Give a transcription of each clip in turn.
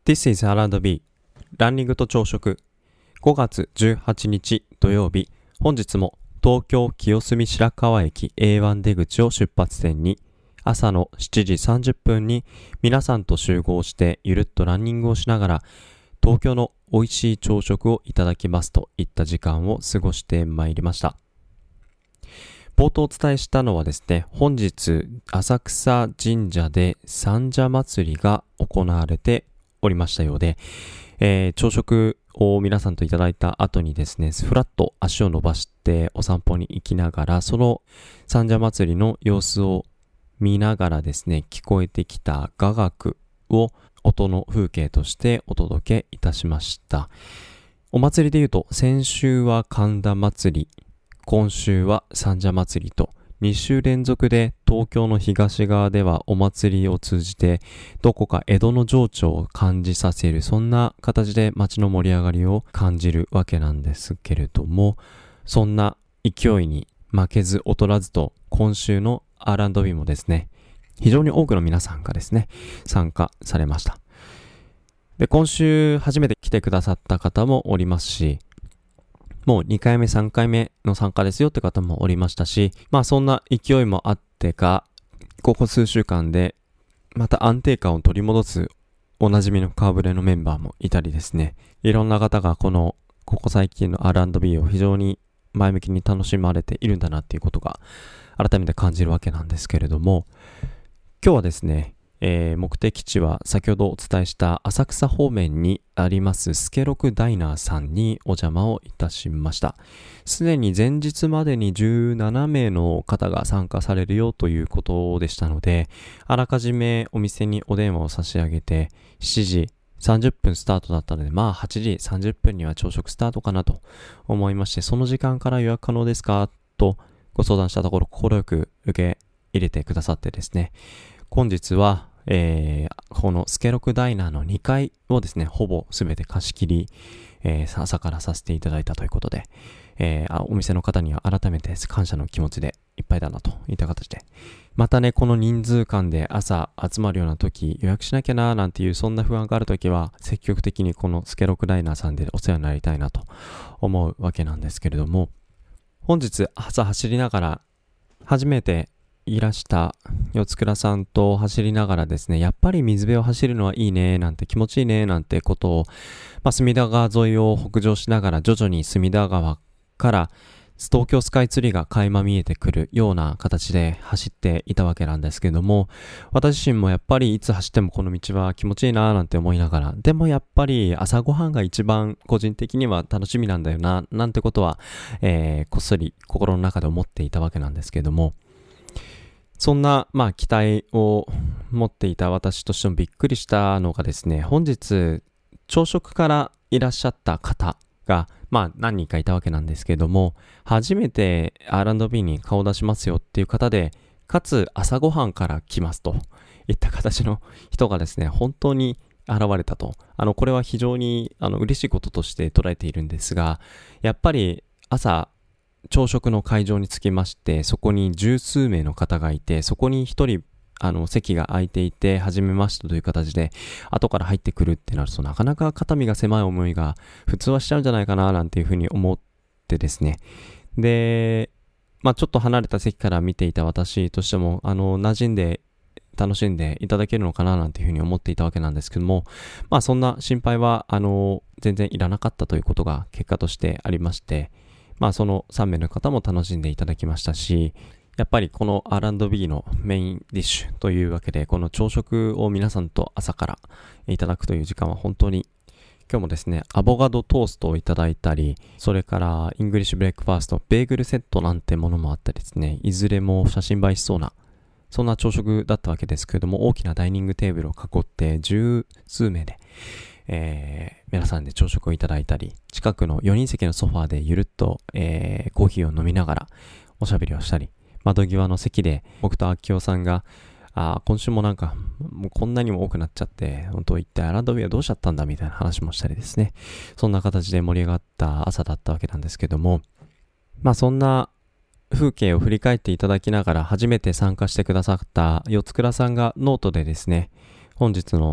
This is R&B ランニングと朝食5月18日土曜日、本日も東京清澄白河駅 A1 出口を出発点に朝の7時30分に皆さんと集合してゆるっとランニングをしながら東京の美味しい朝食をいただきますといった時間を過ごしてまいりました。冒頭お伝えしたのはですね、本日浅草神社で三社祭りが行われておりましたようで、朝食を皆さんといただいた後にですね、ふらっと足を伸ばしてお散歩に行きながら、その三社祭りの様子を見ながらですね、聞こえてきた雅楽を音の風景としてお届けいたしました。お祭りでいうと、先週は神田祭り、今週は三社祭りと2週連続で東京の東側ではお祭りを通じてどこか江戸の情緒を感じさせる、そんな形で街の盛り上がりを感じるわけなんですけれども、そんな勢いに負けず劣らずと今週の R&B もですね、非常に多くの皆さんがですね参加されました。で、今週初めて来てくださった方もおりますし、もう2回目3回目の参加ですよって方もおりましたし、そんな勢いもあってか、ここ数週間でまた安定感を取り戻すおなじみの顔ぶれのメンバーもいたりですね、いろんな方がここ最近の R&B を非常に前向きに楽しまれているんだなっていうことが改めて感じるわけなんですけれども、今日はですね、目的地は先ほどお伝えした浅草方面にありますスケロクダイナーさんにお邪魔をいたしました。すでに前日までに17名の方が参加されるよということでしたので、あらかじめお店にお電話を差し上げて7時30分スタートだったので、8時30分には朝食スタートかなと思いまして、その時間から予約可能ですかとご相談したところ、快く受け入れてくださってですね、本日はこのスケロクダイナーの2階をですね、ほぼすべて貸し切り、朝からさせていただいたということで、お店の方には改めて感謝の気持ちでいっぱいだなといった形で、またね、この人数間で朝集まるような時、予約しなきゃなーなんていうそんな不安がある時は、積極的にこのスケロクダイナーさんでお世話になりたいなと思うわけなんですけれども、本日朝走りながら初めていらした四つ倉さんと走りながらですね、やっぱり水辺を走るのはいいねなんて、気持ちいいねなんてことを、隅田川沿いを北上しながら徐々に隅田川から東京スカイツリーが垣間見えてくるような形で走っていたわけなんですけども、私自身もやっぱりいつ走ってもこの道は気持ちいいななんて思いながら、でもやっぱり朝ごはんが一番個人的には楽しみなんだよななんてことは、こっそり心の中で思っていたわけなんですけども、そんな期待を持っていた私としてもびっくりしたのがですね、本日朝食からいらっしゃった方が何人かいたわけなんですけども、初めて R&B に顔を出しますよっていう方で、かつ朝ごはんから来ますといった形の人がですね、本当に現れたと。これは非常に嬉しいこととして捉えているんですが、やっぱり朝朝食の会場に着きまして、そこに十数名の方がいて、そこに一人席が空いていて、初めましてという形で後から入ってくるってなると、なかなか肩身が狭い思いが普通はしちゃうんじゃないかななんていうふうに思ってですね、でちょっと離れた席から見ていた私としても馴染んで楽しんでいただけるのかななんていうふうに思っていたわけなんですけども、そんな心配は全然いらなかったということが結果としてありまして、その3名の方も楽しんでいただきましたし、やっぱりこの R&B のメインディッシュというわけで、この朝食を皆さんと朝からいただくという時間は本当に、今日もですね、アボカドトーストをいただいたり、それからイングリッシュブレックファースト、ベーグルセットなんてものもあったりですね、いずれも写真映えしそうな、そんな朝食だったわけですけれども、大きなダイニングテーブルを囲って十数名で、皆さんで朝食をいただいたり、近くの4人席のソファーでゆるっと、コーヒーを飲みながらおしゃべりをしたり、窓際の席で僕と秋夫さんが今週ももうこんなにも多くなっちゃって、本当一体R&Bはどうしちゃったんだみたいな話もしたりですね、そんな形で盛り上がった朝だったわけなんですけども、そんな風景を振り返っていただきながら初めて参加してくださった四つ倉さんがノートでですね、本日の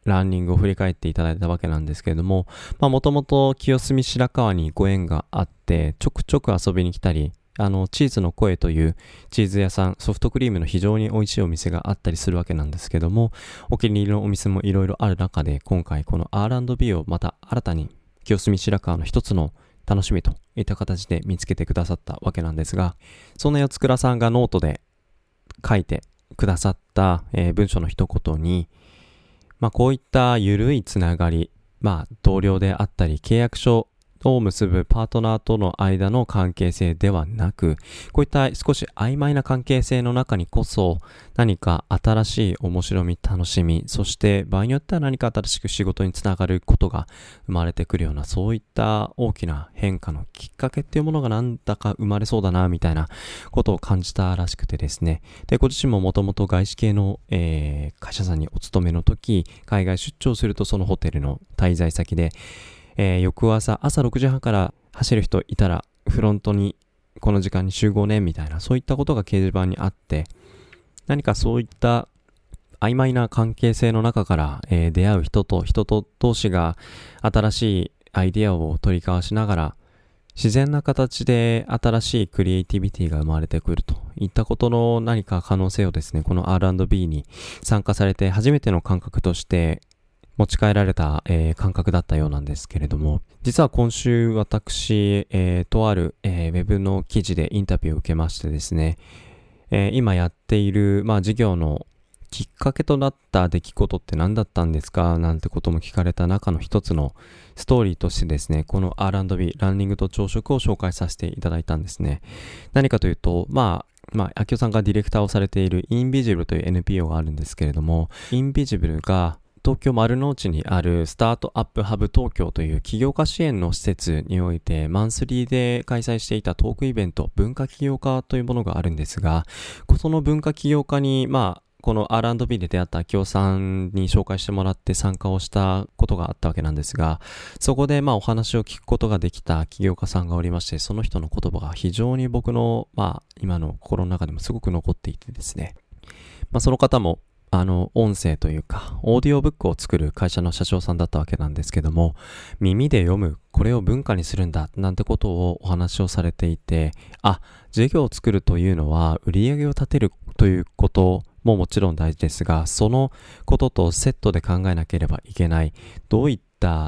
ランニングを振り返っていただいたわけなんですけれども、もともと清澄白河にご縁があって、ちょくちょく遊びに来たり、チーズの声というチーズ屋さん、ソフトクリームの非常に美味しいお店があったりするわけなんですけども、お気に入りのお店もいろいろある中で、今回この R&B をまた新たに清澄白河の一つの楽しみといった形で見つけてくださったわけなんですが、そんな四つ倉さんがノートで書いてくださった、文章の一言に、こういった緩いつながり、同僚であったり契約書を結ぶパートナーとの間の関係性ではなく、こういった少し曖昧な関係性の中にこそ何か新しい面白み、楽しみ、そして場合によっては何か新しく仕事につながることが生まれてくるような、そういった大きな変化のきっかけっていうものがなんだか生まれそうだなみたいなことを感じたらしくてですね。で、ご自身ももともと外資系の、会社さんにお勤めの時、海外出張するとそのホテルの滞在先で翌朝6時半から走る人いたらフロントにこの時間に集合ねみたいな、そういったことが掲示板にあって、何かそういった曖昧な関係性の中から、出会う人と同士が新しいアイデアを取り交わしながら自然な形で新しいクリエイティビティが生まれてくるといったことの何か可能性をですね、この R&B に参加されて初めての感覚として持ち帰られた、感覚だったようなんですけれども、実は今週私、とある、ウェブの記事でインタビューを受けましてですね、今やっている、事業のきっかけとなった出来事って何だったんですかなんてことも聞かれた中の一つのストーリーとしてですね、この R&B ランニングと朝食を紹介させていただいたんですね。何かというと、秋代さんがディレクターをされているインビジブルという NPO があるんですけれども、インビジブルが東京丸の内にあるスタートアップハブ東京という起業家支援の施設においてマンスリーで開催していたトークイベント、文化起業家というものがあるんですが、その文化起業家にこの R&B で出会った秋代さんに紹介してもらって参加をしたことがあったわけなんですが、そこでお話を聞くことができた起業家さんがおりまして、その人の言葉が非常に僕の今の心の中でもすごく残っていてですね、その方も音声というか、オーディオブックを作る会社の社長さんだったわけなんですけども、耳で読む、これを文化にするんだ、なんてことをお話をされていて、事業を作るというのは、売り上げを立てるということももちろん大事ですが、そのこととセットで考えなければいけない、どういった、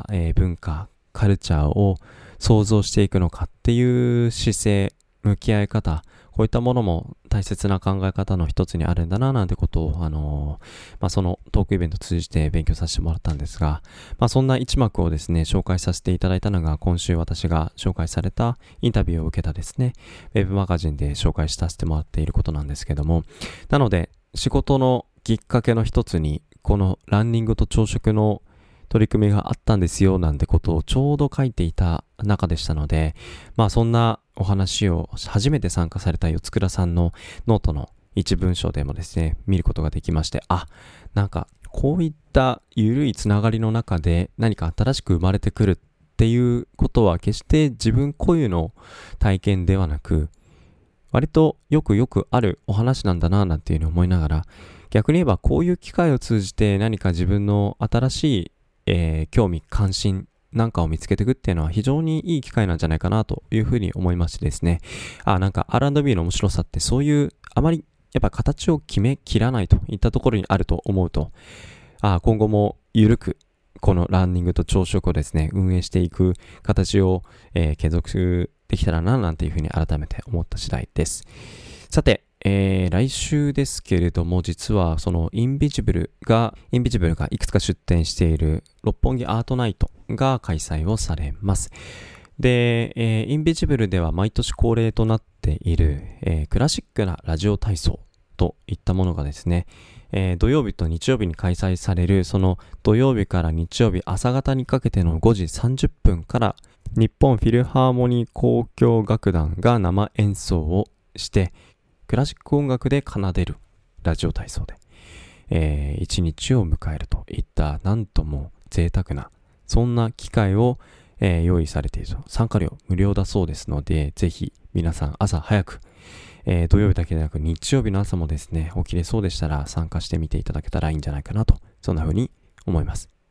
文化、カルチャーを創造していくのかっていう姿勢、向き合い方、こういったものも大切な考え方の一つにあるんだななんてことを、そのトークイベントを通じて勉強させてもらったんですが、そんな一幕をですね、紹介させていただいたのが今週私が紹介されたインタビューを受けたですね、ウェブマガジンで紹介させてもらっていることなんですけども、なので仕事のきっかけの一つにこのランニングと朝食の取り組みがあったんですよなんてことをちょうど書いていた中でしたので、そんなお話を初めて参加された四つ倉さんのノートの一文章でもですね、見ることができまして、なんかこういった緩いつながりの中で何か新しく生まれてくるっていうことは決して自分固有の体験ではなく、割とよくあるお話なんだななんていうふうに思いながら、逆に言えばこういう機会を通じて何か自分の新しい興味関心なんかを見つけていくっていうのは非常にいい機会なんじゃないかなというふうに思いましてですね、なんか R&B の面白さってそういうあまりやっぱ形を決めきらないといったところにあると思うと、今後も緩くこのランニングと朝食をですね運営していく形を、継続できたらななんていうふうに改めて思った次第です。さて、来週ですけれども、実はそのインビジブルがいくつか出展している六本木アートナイトが開催をされます。で、インビジブルでは毎年恒例となっている、クラシックなラジオ体操といったものがですね、土曜日と日曜日に開催される、その土曜日から日曜日朝方にかけての5時30分から日本フィルハーモニー交響楽団が生演奏をしてクラシック音楽で奏でるラジオ体操で、一日を迎えるといったなんとも贅沢なそんな機会を、用意されていると。参加料無料だそうですので、ぜひ皆さん朝早く、土曜日だけでなく日曜日の朝もですね起きれそうでしたら参加してみていただけたらいいんじゃないかなと、そんな風に思います。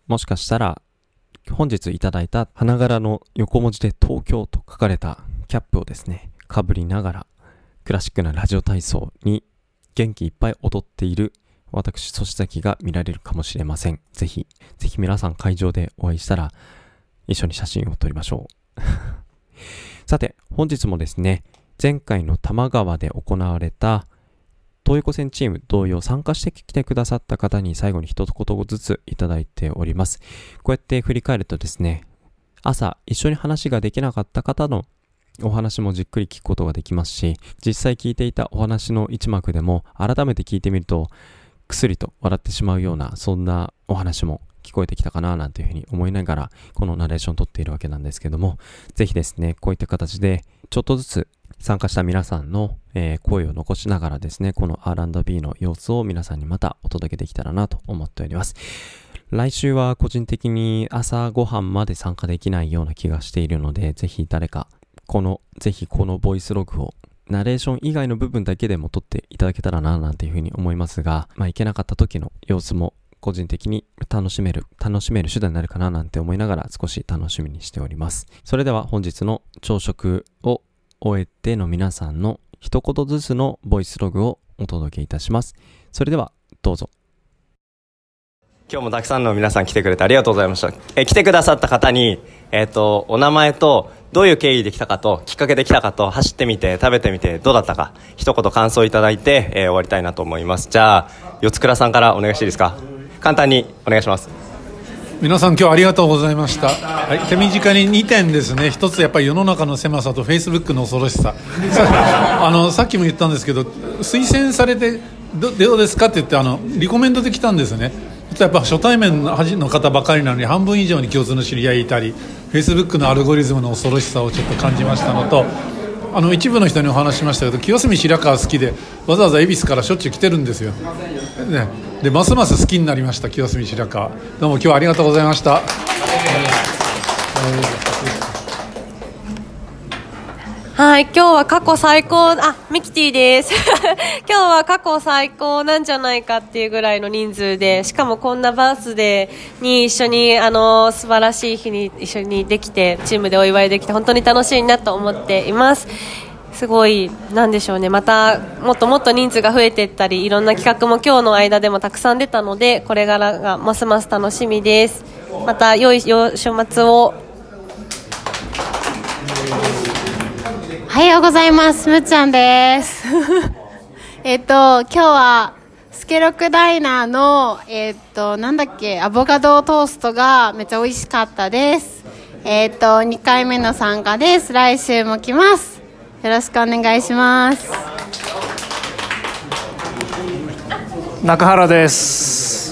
もしかしたら本日いただいた花柄の横文字で東京と書かれたキャップをですね、かぶりながらクラシックなラジオ体操に元気いっぱい踊っている私、粗志崎が見られるかもしれません。ぜひ皆さん会場でお会いしたら一緒に写真を撮りましょう。さて、本日もですね、前回の多摩川で行われた東横線チーム同様参加してきてくださった方に最後に一言ずついただいております。こうやって振り返るとですね、朝一緒に話ができなかった方のお話もじっくり聞くことができますし、実際聞いていたお話の一幕でも改めて聞いてみるとくすりと笑ってしまうような、そんなお話も聞こえてきたかななんていうふうに思いながらこのナレーションを撮っているわけなんですけども、ぜひですね、こういった形でちょっとずつ参加した皆さんの、声を残しながらですね、この R&B の様子を皆さんにまたお届けできたらなと思っております。来週は個人的に朝ごはんまで参加できないような気がしているので、ぜひ誰かぜひこのボイスログをナレーション以外の部分だけでも撮っていただけたらななんていうふうに思いますが、行けなかった時の様子も個人的に楽しめる手段になるかななんて思いながら少し楽しみにしております。それでは本日の朝食を終えての皆さんの一言ずつのボイスログをお届けいたします。それではどうぞ。 今日もたくさんの皆さん来てくれてありがとうございました。来てくださった方に、お名前とどういう経緯で来たかと、きっかけで来たかと、走ってみて食べてみてどうだったか、一言感想いただいて、終わりたいなと思います。じゃあ四つ倉さんからお願いしていいですか。簡単にお願いします。 皆さん今日ありがとうございました。はい、手短に2点ですね。一つやっぱり世の中の狭さと Facebook の恐ろしささっきも言ったんですけど、推薦されてどうですかって言ってリコメンドで来たんですね。やっぱ初対面の方ばかりなのに半分以上に共通の知り合いいたり、 Facebook のアルゴリズムの恐ろしさをちょっと感じましたのと、一部の人にお話しましたけど、清澄白河好きでわざわざ恵比寿からしょっちゅう来てるんですよ、ね、でますます好きになりました。清澄白河、どうも今日はありがとうございました。 はい、今日は過去最高、ミキティです今日は過去最高なんじゃないかっていうぐらいの人数で、しかもこんなバースデーに一緒に素晴らしい日に一緒にできて、チームでお祝いできて本当に楽しいなと思っています。すごいなんでしょうね、またもっともっと人数が増えていったり、いろんな企画も今日の間でもたくさん出たので、これからがますます楽しみです。また良い週末を。 おはようございます。むっちゃんです今日はスケロクダイナーのアボカドトーストがめっちゃ美味しかったです。2回目の参加です。来週も来ます。よろしくお願いします。 中原です。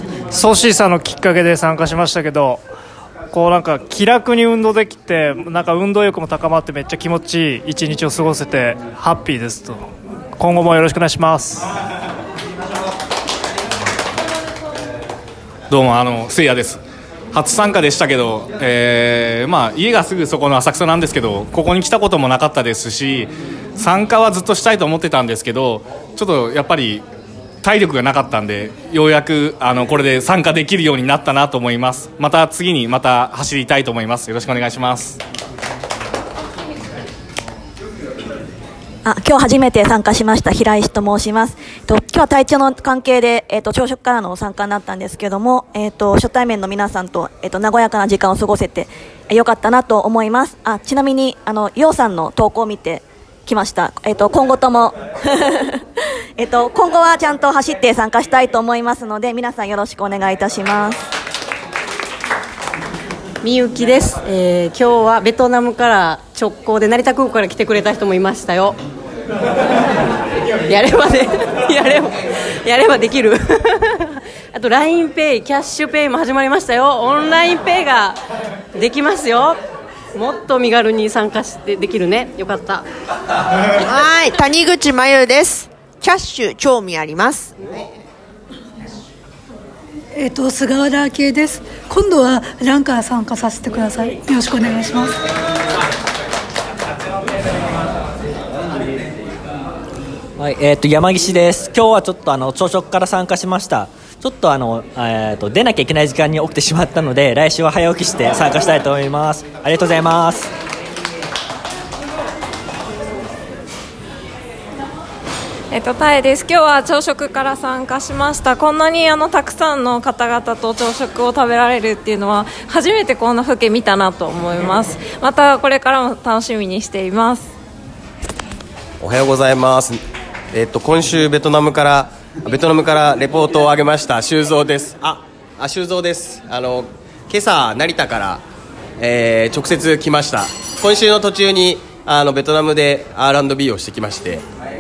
ソーシーさんのきっかけで参加しましたけど、なんか気楽に運動できて、なんか運動欲も高まってめっちゃ気持ちいい一日を過ごせてハッピーですと。今後もよろしくお願いします。 どうもせいやです。初参加でしたけど、家がすぐそこの浅草なんですけど、ここに来たこともなかったですし、参加はずっとしたいと思ってたんですけど、ちょっとやっぱり体力がなかったんで、ようやくこれで参加できるようになったなと思います。また次に走りたいと思います。よろしくお願いします。 今日初めて参加しました平石と申します。今日は体調の関係で、朝食からの参加になったんですけども、初対面の皆さんと、和やかな時間を過ごせてよかったなと思います。ちなみにようさんの投稿を見てきました。今後とも今後はちゃんと走って参加したいと思いますので、皆さんよろしくお願いいたします。 みゆきです。今日はベトナムから直行で成田空港から来てくれた人もいましたよ。やればできるあと LINEPay、キャッシュペイも始まりましたよ。オンラインペイができますよ。もっと身軽に参加してできるね。よかった。 はい、谷口真由です。キャッシュ興味あります。 菅原明恵です。今度はランから参加させてください。よろしくお願いします。 はい、山岸です。今日はちょっと朝食から参加しました。 ちょっと出なきゃいけない時間に起きてしまったので、来週は早起きして参加したいと思います。ありがとうございます。 タエです。今日は朝食から参加しました。こんなにたくさんの方々と朝食を食べられるっていうのは初めてこんな風景見たなと思います。またこれからも楽しみにしています。 おはようございます。今週ベトナムからレポートを上げました修造です。修造です。今朝成田から、直接来ました。今週の途中にベトナムで R&B をしてきまして、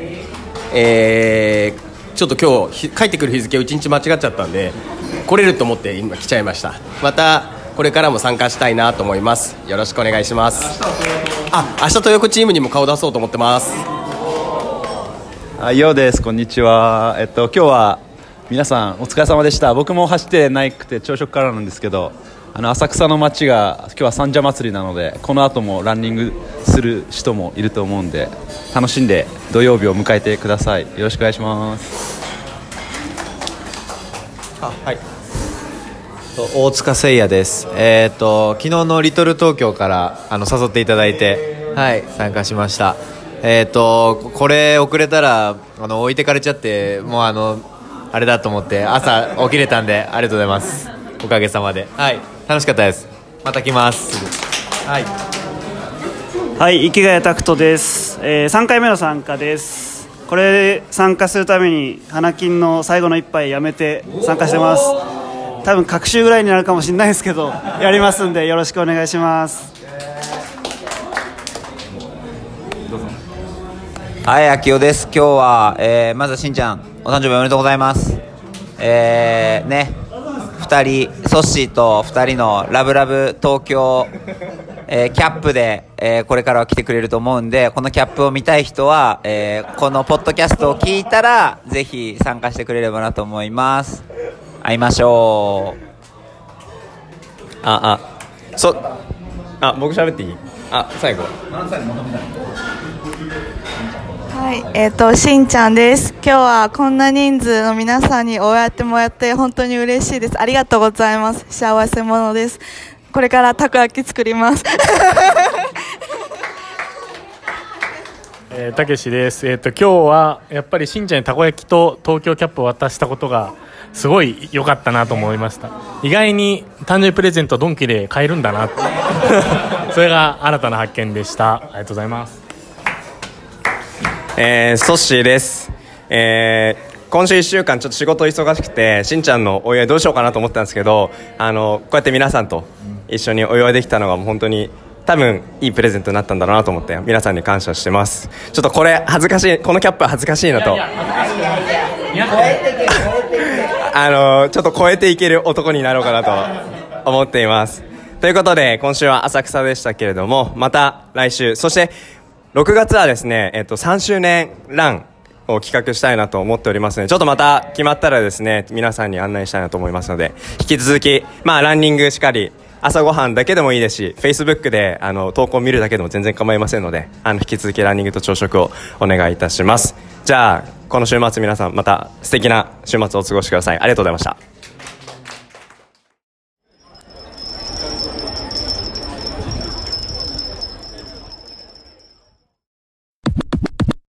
ちょっと今日帰ってくる日付を1日間違っちゃったんで来れると思って今来ちゃいました。またこれからも参加したいなと思います。よろしくお願いします。明日豊子チームにも顔出そうと思ってます。 ようです。こんにちは。今日は皆さんお疲れ様でした。僕も走ってなくて朝食からなんですけど、浅草の街が今日は三社祭りなので、この後もランニングする人もいると思うんで、楽しんで土曜日を迎えてください。よろしくお願いします。 はい、大塚誠也です。昨日のリトル東京から誘っていただいて、はい、参加しました。これ遅れたら置いてかれちゃって、もうあれだと思って朝起きれたんで、ありがとうございます。おかげさまで、はい、楽しかったです。また来ます。 はい、池谷拓人です。3回目の参加です。これ参加するために花金の最後の一杯やめて参加してます。多分隔週ぐらいになるかもしれないですけど、やりますんでよろしくお願いします。 はい、秋代です。今日は、まずはしんちゃんお誕生日おめでとうございます。2人ソッシーと2人のラブラブ東京、キャップで、これからは来てくれると思うんで、このキャップを見たい人は、このポッドキャストを聞いたらぜひ参加してくれればなと思います。会いましょう。 僕喋っていい？最後はい、しんちゃんです。今日はこんな人数の皆さんに応援ってもらって本当に嬉しいです。ありがとうございます。幸せ者です。これからたこ焼き作ります。 たけしです。今日はやっぱりしんちゃんにたこ焼きと東京キャップを渡したことがすごい良かったなと思いました。意外に誕生日プレゼントドンキで買えるんだなそれが新たな発見でした。ありがとうございます。 ソッシーです。今週1週間ちょっと仕事忙しくて、しんちゃんのお祝いどうしようかなと思ったんですけど、こうやって皆さんと一緒にお祝いできたのが本当に多分いいプレゼントになったんだろうなと思って皆さんに感謝してます。ちょっとこれ恥ずかしい、このキャップは恥ずかしいなと、ちょっと超えていける男になろうかなと思っています。ということで今週は浅草でしたけれども、また来週、そして6月はですね、3周年ランを企画したいなと思っておりますので、ちょっとまた決まったらですね、皆さんに案内したいなと思いますので、引き続き、ランニングしかり、朝ごはんだけでもいいですし、Facebook で投稿を見るだけでも全然構いませんので、引き続きランニングと朝食をお願いいたします。じゃあ、この週末皆さんまた素敵な週末をお過ごしください。ありがとうございました。